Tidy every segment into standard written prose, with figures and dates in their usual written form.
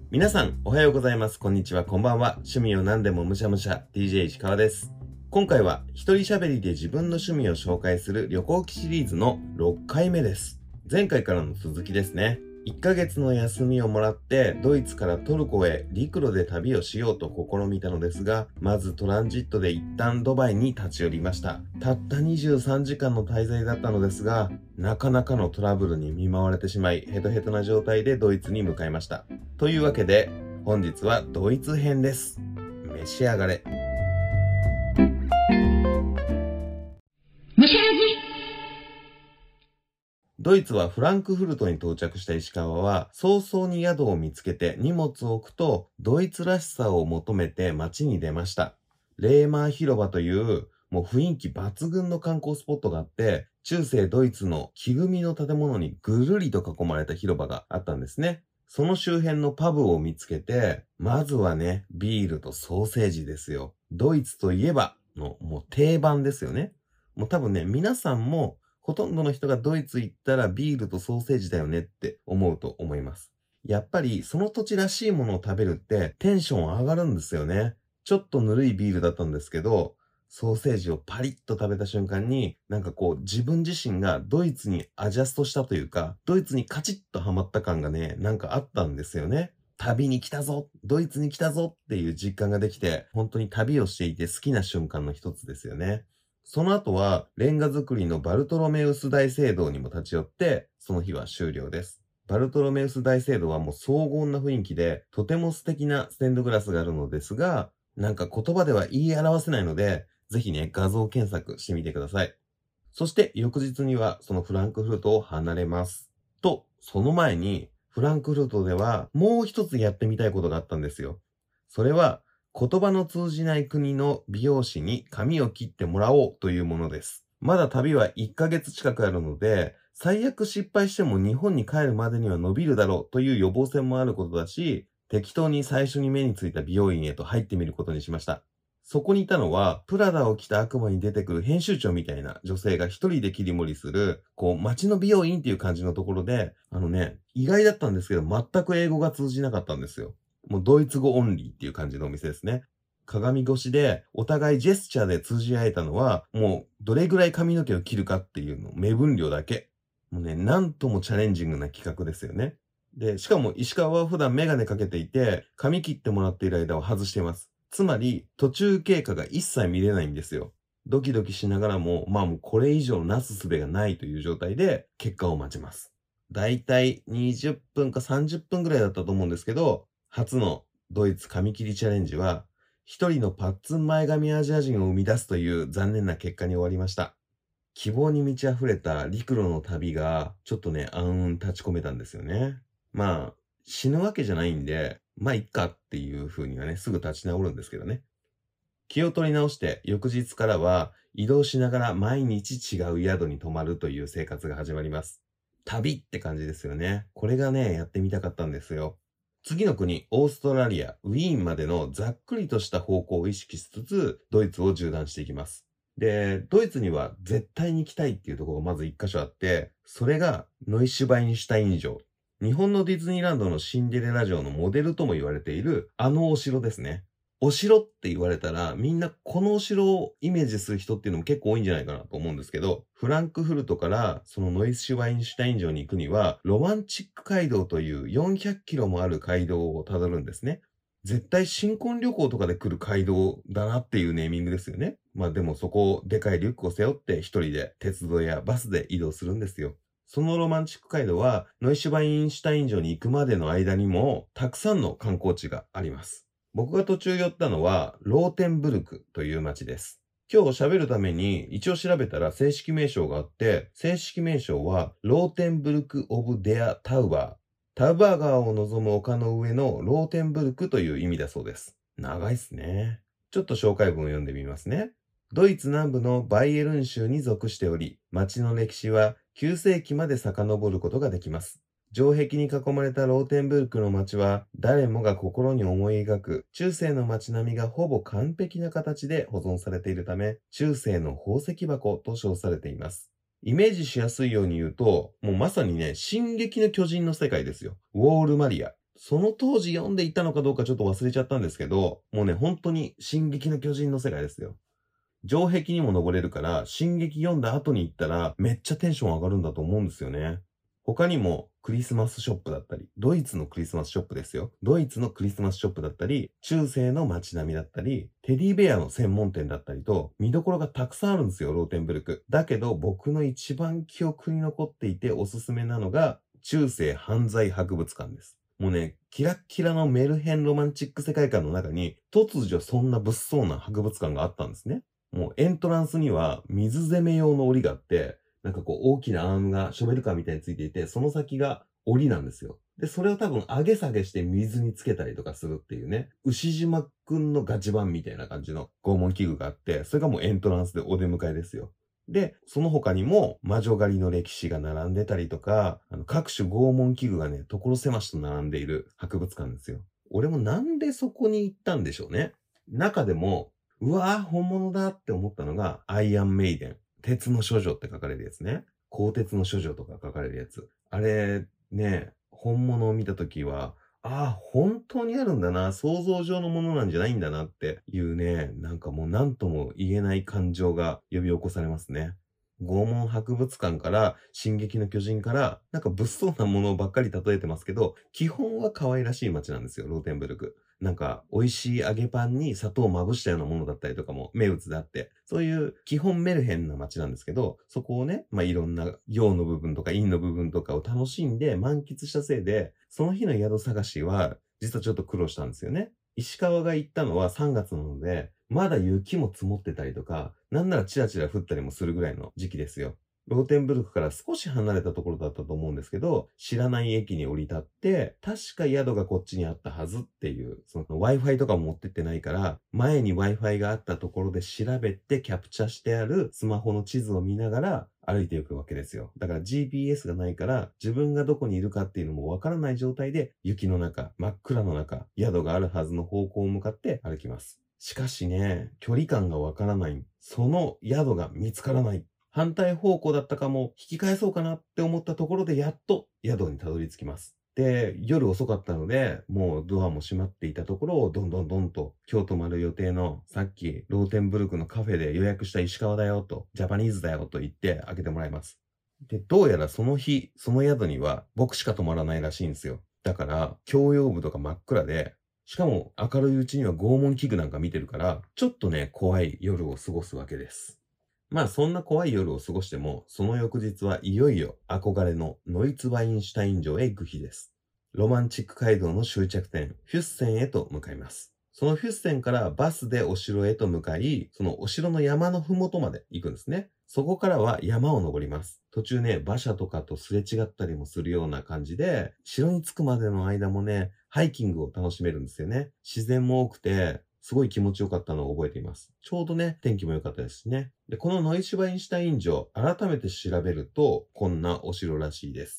皆さん、おはようございます。こんにちは、こんばんは。趣味を何でもむしゃむしゃ、DJ 石川です。今回は、一人喋りで自分の趣味を紹介する旅行記シリーズの6回目です。前回からの続きですね。1ヶ月の休みをもらって、ドイツからトルコへ陸路で旅をしようと試みたのですが、まずトランジットで一旦ドバイに立ち寄りました。たった23時間の滞在だったのですが、なかなかのトラブルに見舞われてしまい、ヘトヘトな状態でドイツに向かいました。というわけで、本日はドイツ編です。召し上がれ。ドイツはフランクフルトに到着した石川は、早々に宿を見つけて荷物を置くと、ドイツらしさを求めて街に出ました。レーマー広場という、もう雰囲気抜群の観光スポットがあって、中世ドイツの木組みの建物にぐるりと囲まれた広場があったんですね。その周辺のパブを見つけて、まずはね、ビールとソーセージですよ。ドイツといえばの、もう定番ですよね。もう多分ね、皆さんも、ほとんどの人がドイツ行ったらビールとソーセージだよねって思うと思います。やっぱりその土地らしいものを食べるってテンション上がるんですよね。ちょっとぬるいビールだったんですけど、ソーセージをパリッと食べた瞬間に、なんかこう自分自身がドイツにアジャストしたというか、ドイツにカチッとハマった感がね、なんかあったんですよね。旅に来たぞ、ドイツに来たぞっていう実感ができて、本当に旅をしていて好きな瞬間の一つですよね。その後は、レンガ造りのバルトロメウス大聖堂にも立ち寄って、その日は終了です。バルトロメウス大聖堂はもう荘厳な雰囲気で、とても素敵なステンドグラスがあるのですが、なんか言葉では言い表せないので、ぜひね、画像検索してみてください。そして翌日にはそのフランクフルトを離れます。と、その前に、フランクフルトではもう一つやってみたいことがあったんですよ。それは、言葉の通じない国の美容師に髪を切ってもらおうというものです。まだ旅は1ヶ月近くあるので、最悪失敗しても日本に帰るまでには伸びるだろうという予防線もあることだし、適当に最初に目についた美容院へと入ってみることにしました。そこにいたのは、プラダを着た悪魔に出てくる編集長みたいな女性が一人で切り盛りする、街の美容院っていう感じのところで、意外だったんですけど、全く英語が通じなかったんですよ。もうドイツ語オンリーっていう感じのお店ですね。鏡越しでお互いジェスチャーで通じ合えたのは、もうどれぐらい髪の毛を切るかっていうの、目分量だけ。もうね、なんともチャレンジングな企画ですよね。で、しかも石川は普段メガネかけていて、髪切ってもらっている間は外しています。つまり、途中経過が一切見れないんですよ。ドキドキしながらも、もうこれ以上なすすべがないという状態で、結果を待ちます。だいたい20分か30分ぐらいだったと思うんですけど、初のドイツ髪切りチャレンジは、一人のパッツン前髪アジア人を生み出すという残念な結果に終わりました。希望に満ち溢れた陸路の旅が、ちょっとね、暗雲立ち込めたんですよね。死ぬわけじゃないんで、いっかっていう風にはね、すぐ立ち直るんですけどね。気を取り直して、翌日からは移動しながら毎日違う宿に泊まるという生活が始まります。旅って感じですよね。これがね、やってみたかったんですよ。次の国、オーストラリア、ウィーンまでのざっくりとした方向を意識しつつ、ドイツを縦断していきます。で、ドイツには絶対に行きたいっていうところがまず一箇所あって、それがノイシュバインシュタイン城。日本のディズニーランドのシンデレラ城のモデルとも言われているあのお城ですね。お城って言われたら、みんなこのお城をイメージする人っていうのも結構多いんじゃないかなと思うんですけど、フランクフルトからそのノイシュバインシュタイン城に行くには、ロマンチック街道という400キロもある街道をたどるんですね。絶対新婚旅行とかで来る街道だなっていうネーミングですよね。でもそこをでかいリュックを背負って一人で鉄道やバスで移動するんですよ。そのロマンチック街道はノイシュバインシュタイン城に行くまでの間にもたくさんの観光地があります。僕が途中寄ったのはローテンブルクという街です。今日喋るために一応調べたら正式名称があって、正式名称はローテンブルク・オブ・デア・タウバー。タウバー川を望む丘の上のローテンブルクという意味だそうです。長いっすね。ちょっと紹介文を読んでみますね。ドイツ南部のバイエルン州に属しており、町の歴史は9世紀まで遡ることができます。城壁に囲まれたローテンブルクの町は、誰もが心に思い描く中世の町並みがほぼ完璧な形で保存されているため、中世の宝石箱と称されています。イメージしやすいように言うと、もうまさにね、進撃の巨人の世界ですよ。ウォールマリア。 その当時読んでいたのかどうかちょっと忘れちゃったんですけど、もうね、本当に進撃の巨人の世界ですよ。城壁にも登れるから、進撃読んだ後に行ったら、めっちゃテンション上がるんだと思うんですよね。他にも、クリスマスショップだったり、ドイツのクリスマスショップですよ。ドイツのクリスマスショップだったり、中世の街並みだったり、テディベアの専門店だったりと、見どころがたくさんあるんですよ、ローテンブルク。だけど、僕の一番記憶に残っていておすすめなのが、中世犯罪博物館です。もうね、キラッキラのメルヘンロマンチック世界観の中に、突如そんな物騒な博物館があったんですね。もうエントランスには水攻め用の檻があって、なんかこう大きなアームがショベルカーみたいについていて、その先が檻なんですよ。で、それを多分上げ下げして水につけたりとかするっていうね、牛島くんのガチ版みたいな感じの拷問器具があって、それがもうエントランスでお出迎えですよ。で、その他にも魔女狩りの歴史が並んでたりとか、各種拷問器具がね、所狭しと並んでいる博物館ですよ。俺もなんでそこに行ったんでしょうね。中でも、うわぁ、本物だって思ったのが、アイアンメイデン。鉄の処女って書かれるやつね。鋼鉄の処女とか書かれるやつ。あれ、ね、本物を見たときは、ああ、本当にあるんだな。想像上のものなんじゃないんだなっていうね、なんかもう何とも言えない感情が呼び起こされますね。拷問博物館から、進撃の巨人から、なんか物騒なものばっかり例えてますけど、基本は可愛らしい街なんですよ、ローテンブルク。なんか、美味しい揚げパンに砂糖をまぶしたようなものだったりとかも名物であって、そういう基本メルヘンな街なんですけど、そこをね、いろんな陽の部分とか陰の部分とかを楽しんで満喫したせいで、その日の宿探しは、実はちょっと苦労したんですよね。石川が行ったのは3月なので、まだ雪も積もってたりとか、なんならチラチラ降ったりもするぐらいの時期ですよ。ローテンブルクから少し離れたところだったと思うんですけど、知らない駅に降り立って、確か宿がこっちにあったはずっていう、その Wi-Fi とかも持ってってないから、前に Wi-Fi があったところで調べてキャプチャしてあるスマホの地図を見ながら歩いていくわけですよ。だから GPS がないから、自分がどこにいるかっていうのもわからない状態で、雪の中、真っ暗の中、宿があるはずの方向を向かって歩きます。しかしね、距離感がわからない。その宿が見つからない。反対方向だったかも、引き返そうかなって思ったところでやっと宿にたどり着きます。で、夜遅かったので、もうドアも閉まっていたところをどんどんと今日泊まる予定のさっきローテンブルクのカフェで予約した石川だよと、ジャパニーズだよと言って開けてもらいます。で、どうやらその日、その宿には僕しか泊まらないらしいんですよ。だから、共用部とか真っ暗で、しかも明るいうちには拷問器具なんか見てるから、ちょっとね、怖い夜を過ごすわけです。そんな怖い夜を過ごしても、その翌日はいよいよ憧れのノイツワインシュタイン城へ行く日です。ロマンチック街道の終着点、フュッセンへと向かいます。そのフュッセンからバスでお城へと向かい、そのお城の山のふもとまで行くんですね。そこからは山を登ります。途中ね、馬車とかとすれ違ったりもするような感じで、城に着くまでの間もね、ハイキングを楽しめるんですよね。自然も多くて、すごい気持ちよかったのを覚えています。ちょうどね、天気も良かったですしね。で、このノイシュバインシュタイン城、改めて調べると、こんなお城らしいです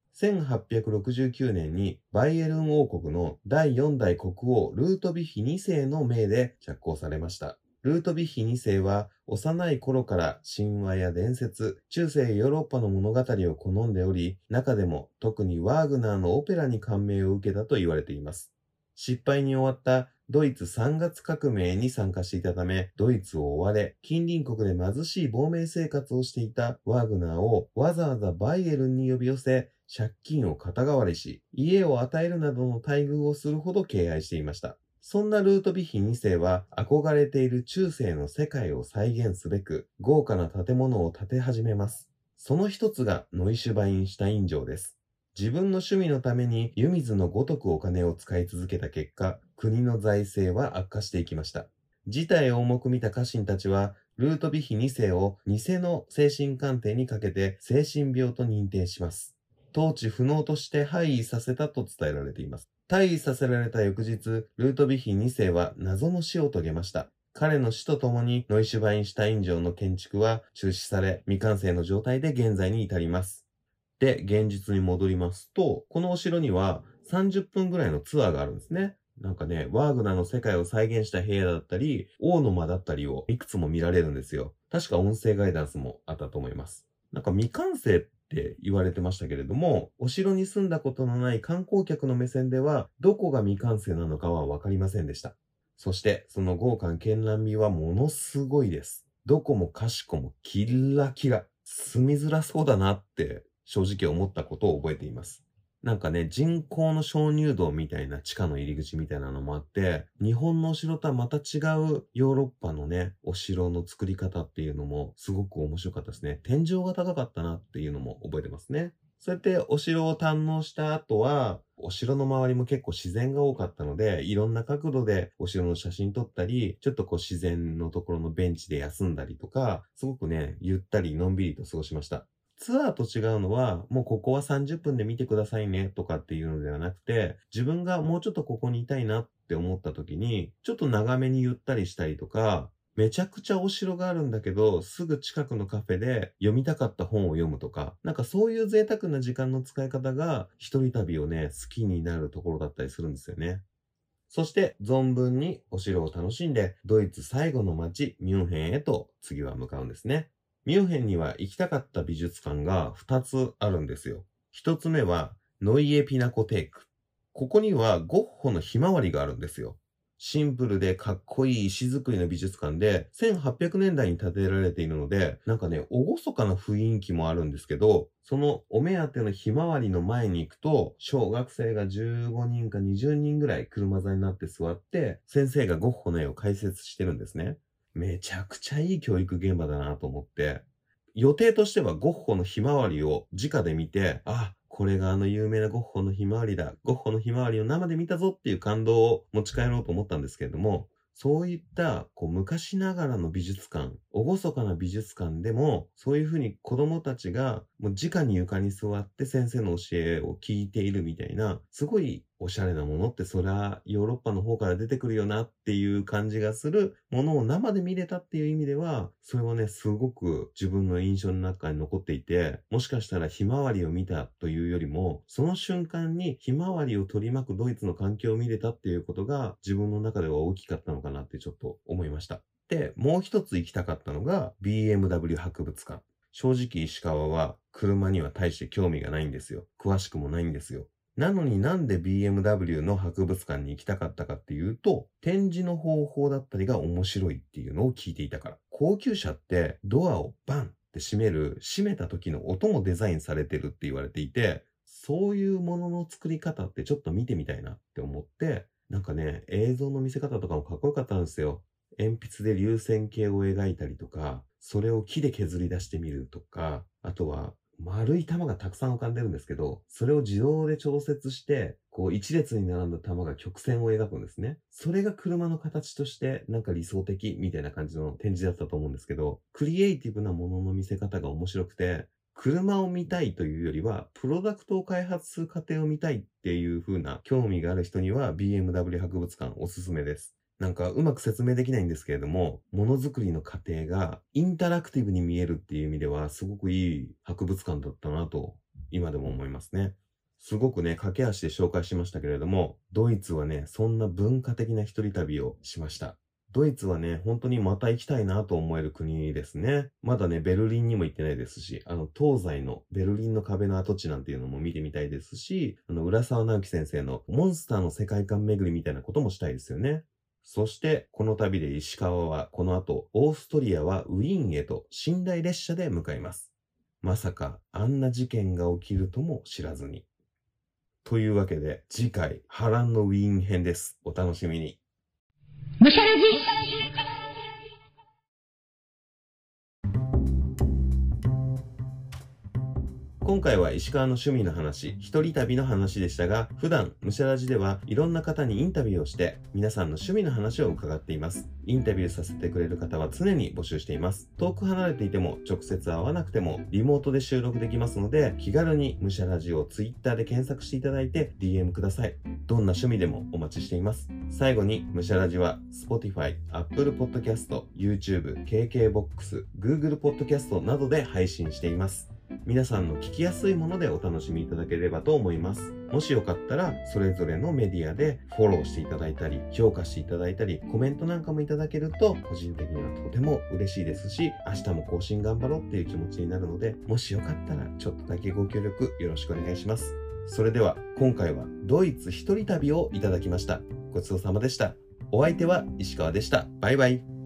。1869年にバイエルン王国の第4代国王ルートヴィヒ2世の命で着工されました。ルートヴィヒ2世は幼い頃から神話や伝説、中世ヨーロッパの物語を好んでおり、中でも特にワーグナーのオペラに感銘を受けたと言われています。失敗に終わったドイツ3月革命に参加していたため、ドイツを追われ、近隣国で貧しい亡命生活をしていたワーグナーをわざわざバイエルンに呼び寄せ、借金を肩代わりし、家を与えるなどの待遇をするほど敬愛していました。そんなルートヴィヒ2世は憧れている中世の世界を再現すべく、豪華な建物を建て始めます。その一つがノイシュバインシュタイン城です。自分の趣味のために湯水のごとくお金を使い続けた結果、国の財政は悪化していきました。事態を重く見た家臣たちは、ルートヴィヒ2世を偽の精神鑑定にかけて精神病と認定します。統治不能として廃位させたと伝えられています。退位させられた翌日、ルートヴィヒ2世は謎の死を遂げました。彼の死とともにノイシュバインシュタイン城の建築は中止され、未完成の状態で現在に至ります。で、現実に戻りますと、このお城には30分ぐらいのツアーがあるんですね。なんかね、ワーグナーの世界を再現した部屋だったり、王の間だったりをいくつも見られるんですよ。確か音声ガイダンスもあったと思います。なんか未完成っって言われてましたけれども、お城に住んだことのない観光客の目線では、どこが未完成なのかはわかりませんでした。そして、その豪華絢爛味はものすごいです。どこもかしこもキラキラ。住みづらそうだなって正直思ったことを覚えています。なんかね、人工の鍾乳洞みたいな地下の入り口みたいなのもあって、日本のお城とはまた違うヨーロッパのね、お城の作り方っていうのもすごく面白かったですね。天井が高かったなっていうのも覚えてますね。そうやってお城を堪能した後は、お城の周りも結構自然が多かったので、いろんな角度でお城の写真撮ったり、ちょっとこう自然のところのベンチで休んだりとか、すごくね、ゆったりのんびりと過ごしました。ツアーと違うのは、もうここは30分で見てくださいねとかっていうのではなくて、自分がもうちょっとここにいたいなって思った時に、ちょっと長めにゆったりしたりとか、めちゃくちゃお城があるんだけど、すぐ近くのカフェで読みたかった本を読むとか、なんかそういう贅沢な時間の使い方が、一人旅をね、好きになるところだったりするんですよね。そして、存分にお城を楽しんで、ドイツ最後の街、ミュンヘンへと次は向かうんですね。ミュンヘンには行きたかった美術館が2つあるんですよ。1つ目は、ノイエピナコテーク。ここにはゴッホのひまわりがあるんですよ。シンプルでかっこいい石造りの美術館で、1800年代に建てられているので、なんかね、厳かな雰囲気もあるんですけど、そのお目当てのひまわりの前に行くと、小学生が15人か20人ぐらい車座になって座って、先生がゴッホの絵を解説してるんですね。めちゃくちゃいい教育現場だなと思って、予定としてはゴッホのひまわりを直で見て、あ、これがあの有名なゴッホのひまわりだ。ゴッホのひまわりを生で見たぞっていう感動を持ち帰ろうと思ったんですけれども、そういった昔ながらの美術館、厳かな美術館でも、そういうふうに子供たちがもう直に床に座って先生の教えを聞いているみたいな、すごいおしゃれなものってそりゃヨーロッパの方から出てくるよなっていう感じがするものを生で見れたっていう意味では、それはね、すごく自分の印象の中に残っていて、もしかしたらひまわりを見たというよりも、その瞬間にひまわりを取り巻くドイツの環境を見れたっていうことが自分の中では大きかったのかなってちょっと思いました。で、もう一つ行きたかったのが BMW 博物館。正直石川は車には大して興味がないんですよ。詳しくもないんですよ。なのになんで BMW の博物館に行きたかったかっていうと、展示の方法だったりが面白いっていうのを聞いていたから。高級車ってドアをバンって閉めた時の音もデザインされてるって言われていて、そういうものの作り方ってちょっと見てみたいなって思って、なんかね、映像の見せ方とかもかっこよかったんですよ。鉛筆で流線形を描いたりとか、それを木で削り出してみるとか、あとは丸い玉がたくさん浮かんでるんですけど、それを自動で調節して、一列に並んだ玉が曲線を描くんですね。それが車の形としてなんか理想的みたいな感じの展示だったと思うんですけど、クリエイティブなものの見せ方が面白くて、車を見たいというよりは、プロダクトを開発する過程を見たいっていう風な興味がある人には BMW 博物館おすすめです。なんかうまく説明できないんですけれども、ものづくりの過程がインタラクティブに見えるっていう意味ではすごくいい博物館だったなと今でも思いますね。すごくね、駆け足で紹介しましたけれども、ドイツはね、そんな文化的な一人旅をしました。ドイツはね、本当にまた行きたいなと思える国ですね。まだね、ベルリンにも行ってないですし、東西のベルリンの壁の跡地なんていうのも見てみたいですし、浦沢直樹先生のモンスターの世界観巡りみたいなこともしたいですよね。そして、この旅で石川はこの後、オーストリアはウィーンへと寝台列車で向かいます。まさか、あんな事件が起きるとも知らずに。というわけで、次回、波乱のウィーン編です。お楽しみに。むしゃらじ今回は石川の趣味の話、一人旅の話でしたが、普段、むしゃらじではいろんな方にインタビューをして、皆さんの趣味の話を伺っています。インタビューさせてくれる方は常に募集しています。遠く離れていても、直接会わなくても、リモートで収録できますので、気軽にむしゃらじを Twitter で検索していただいて、DM ください。どんな趣味でもお待ちしています。最後に、むしゃらじは、Spotify、Apple Podcast、YouTube、KKBOX、Google Podcast などで配信しています。 皆さんの聞きやすいものでお楽しみいただければと思います。もしよかったら、それぞれのメディアでフォローしていただいたり、評価していただいたり、コメントなんかもいただけると、個人的にはとても嬉しいですし、明日も更新頑張ろうっていう気持ちになるので、もしよかったら、ちょっとだけご協力よろしくお願いします。それでは、今回はドイツ一人旅をいただきました。ごちそうさまでした。お相手は石川でした。バイバイ。